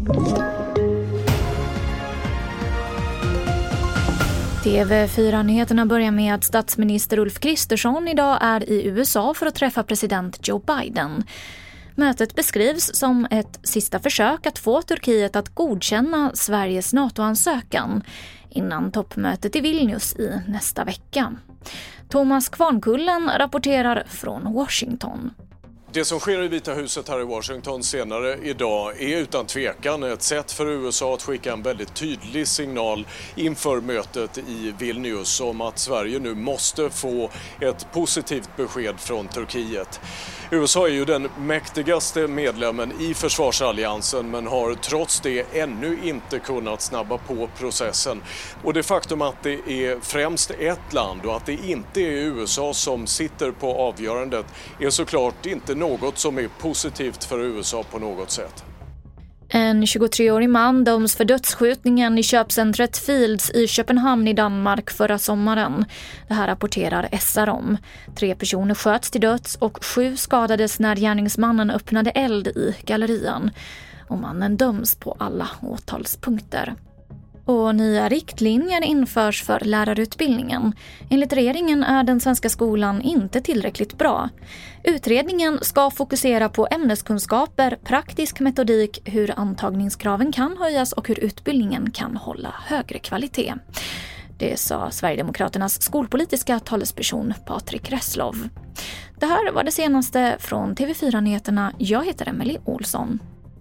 TV4-nyheterna börjar med att statsminister Ulf Kristersson idag är i USA för att träffa president Joe Biden. Mötet beskrivs som ett sista försök att få Turkiet att godkänna Sveriges NATO-ansökan innan toppmötet i Vilnius i nästa vecka. Thomas Kvarnkullen rapporterar från Washington. Det som sker i Vita huset här i Washington senare idag är utan tvekan ett sätt för USA att skicka en väldigt tydlig signal inför mötet i Vilnius om att Sverige nu måste få ett positivt besked från Turkiet. USA är ju den mäktigaste medlemmen i försvarsalliansen men har trots det ännu inte kunnat snabba på processen. Och det faktum att det är främst ett land och att det inte är USA som sitter på avgörandet är såklart inte något som är positivt för USA på något sätt. En 23-årig man döms för dödsskjutningen i köpcentret Fields i Köpenhamn i Danmark förra sommaren. Det här rapporterar SR om. 3 personer sköts till döds och 7 skadades när gärningsmannen öppnade eld i gallerian. Och mannen döms på alla åtalspunkter. Och nya riktlinjer införs för lärarutbildningen. Enligt regeringen är den svenska skolan inte tillräckligt bra. Utredningen ska fokusera på ämneskunskaper, praktisk metodik, hur antagningskraven kan höjas och hur utbildningen kan hålla högre kvalitet. Det sa Sverigedemokraternas skolpolitiska talesperson Patrik Reslow. Det här var det senaste från TV4-nyheterna. Jag heter Emily Olsson.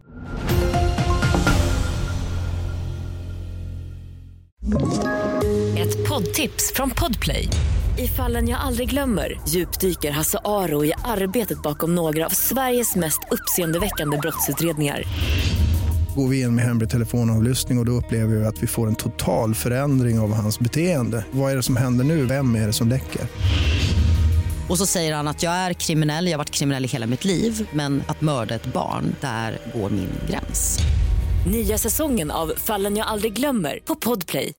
Ett poddtips från Podplay. I Fallen jag aldrig glömmer djupdyker Hasse Aro i arbetet bakom några av Sveriges mest uppseendeväckande brottsutredningar. Går vi in med hemlig telefonavlyssning och då upplever vi att vi får en total förändring av hans beteende. Vad är det som händer nu? Vem är det som läcker? Och så säger han att jag är kriminell, jag har varit kriminell i hela mitt liv. Men att mörda ett barn, där går min gräns. Nya säsongen av Fallen jag aldrig glömmer på Podplay.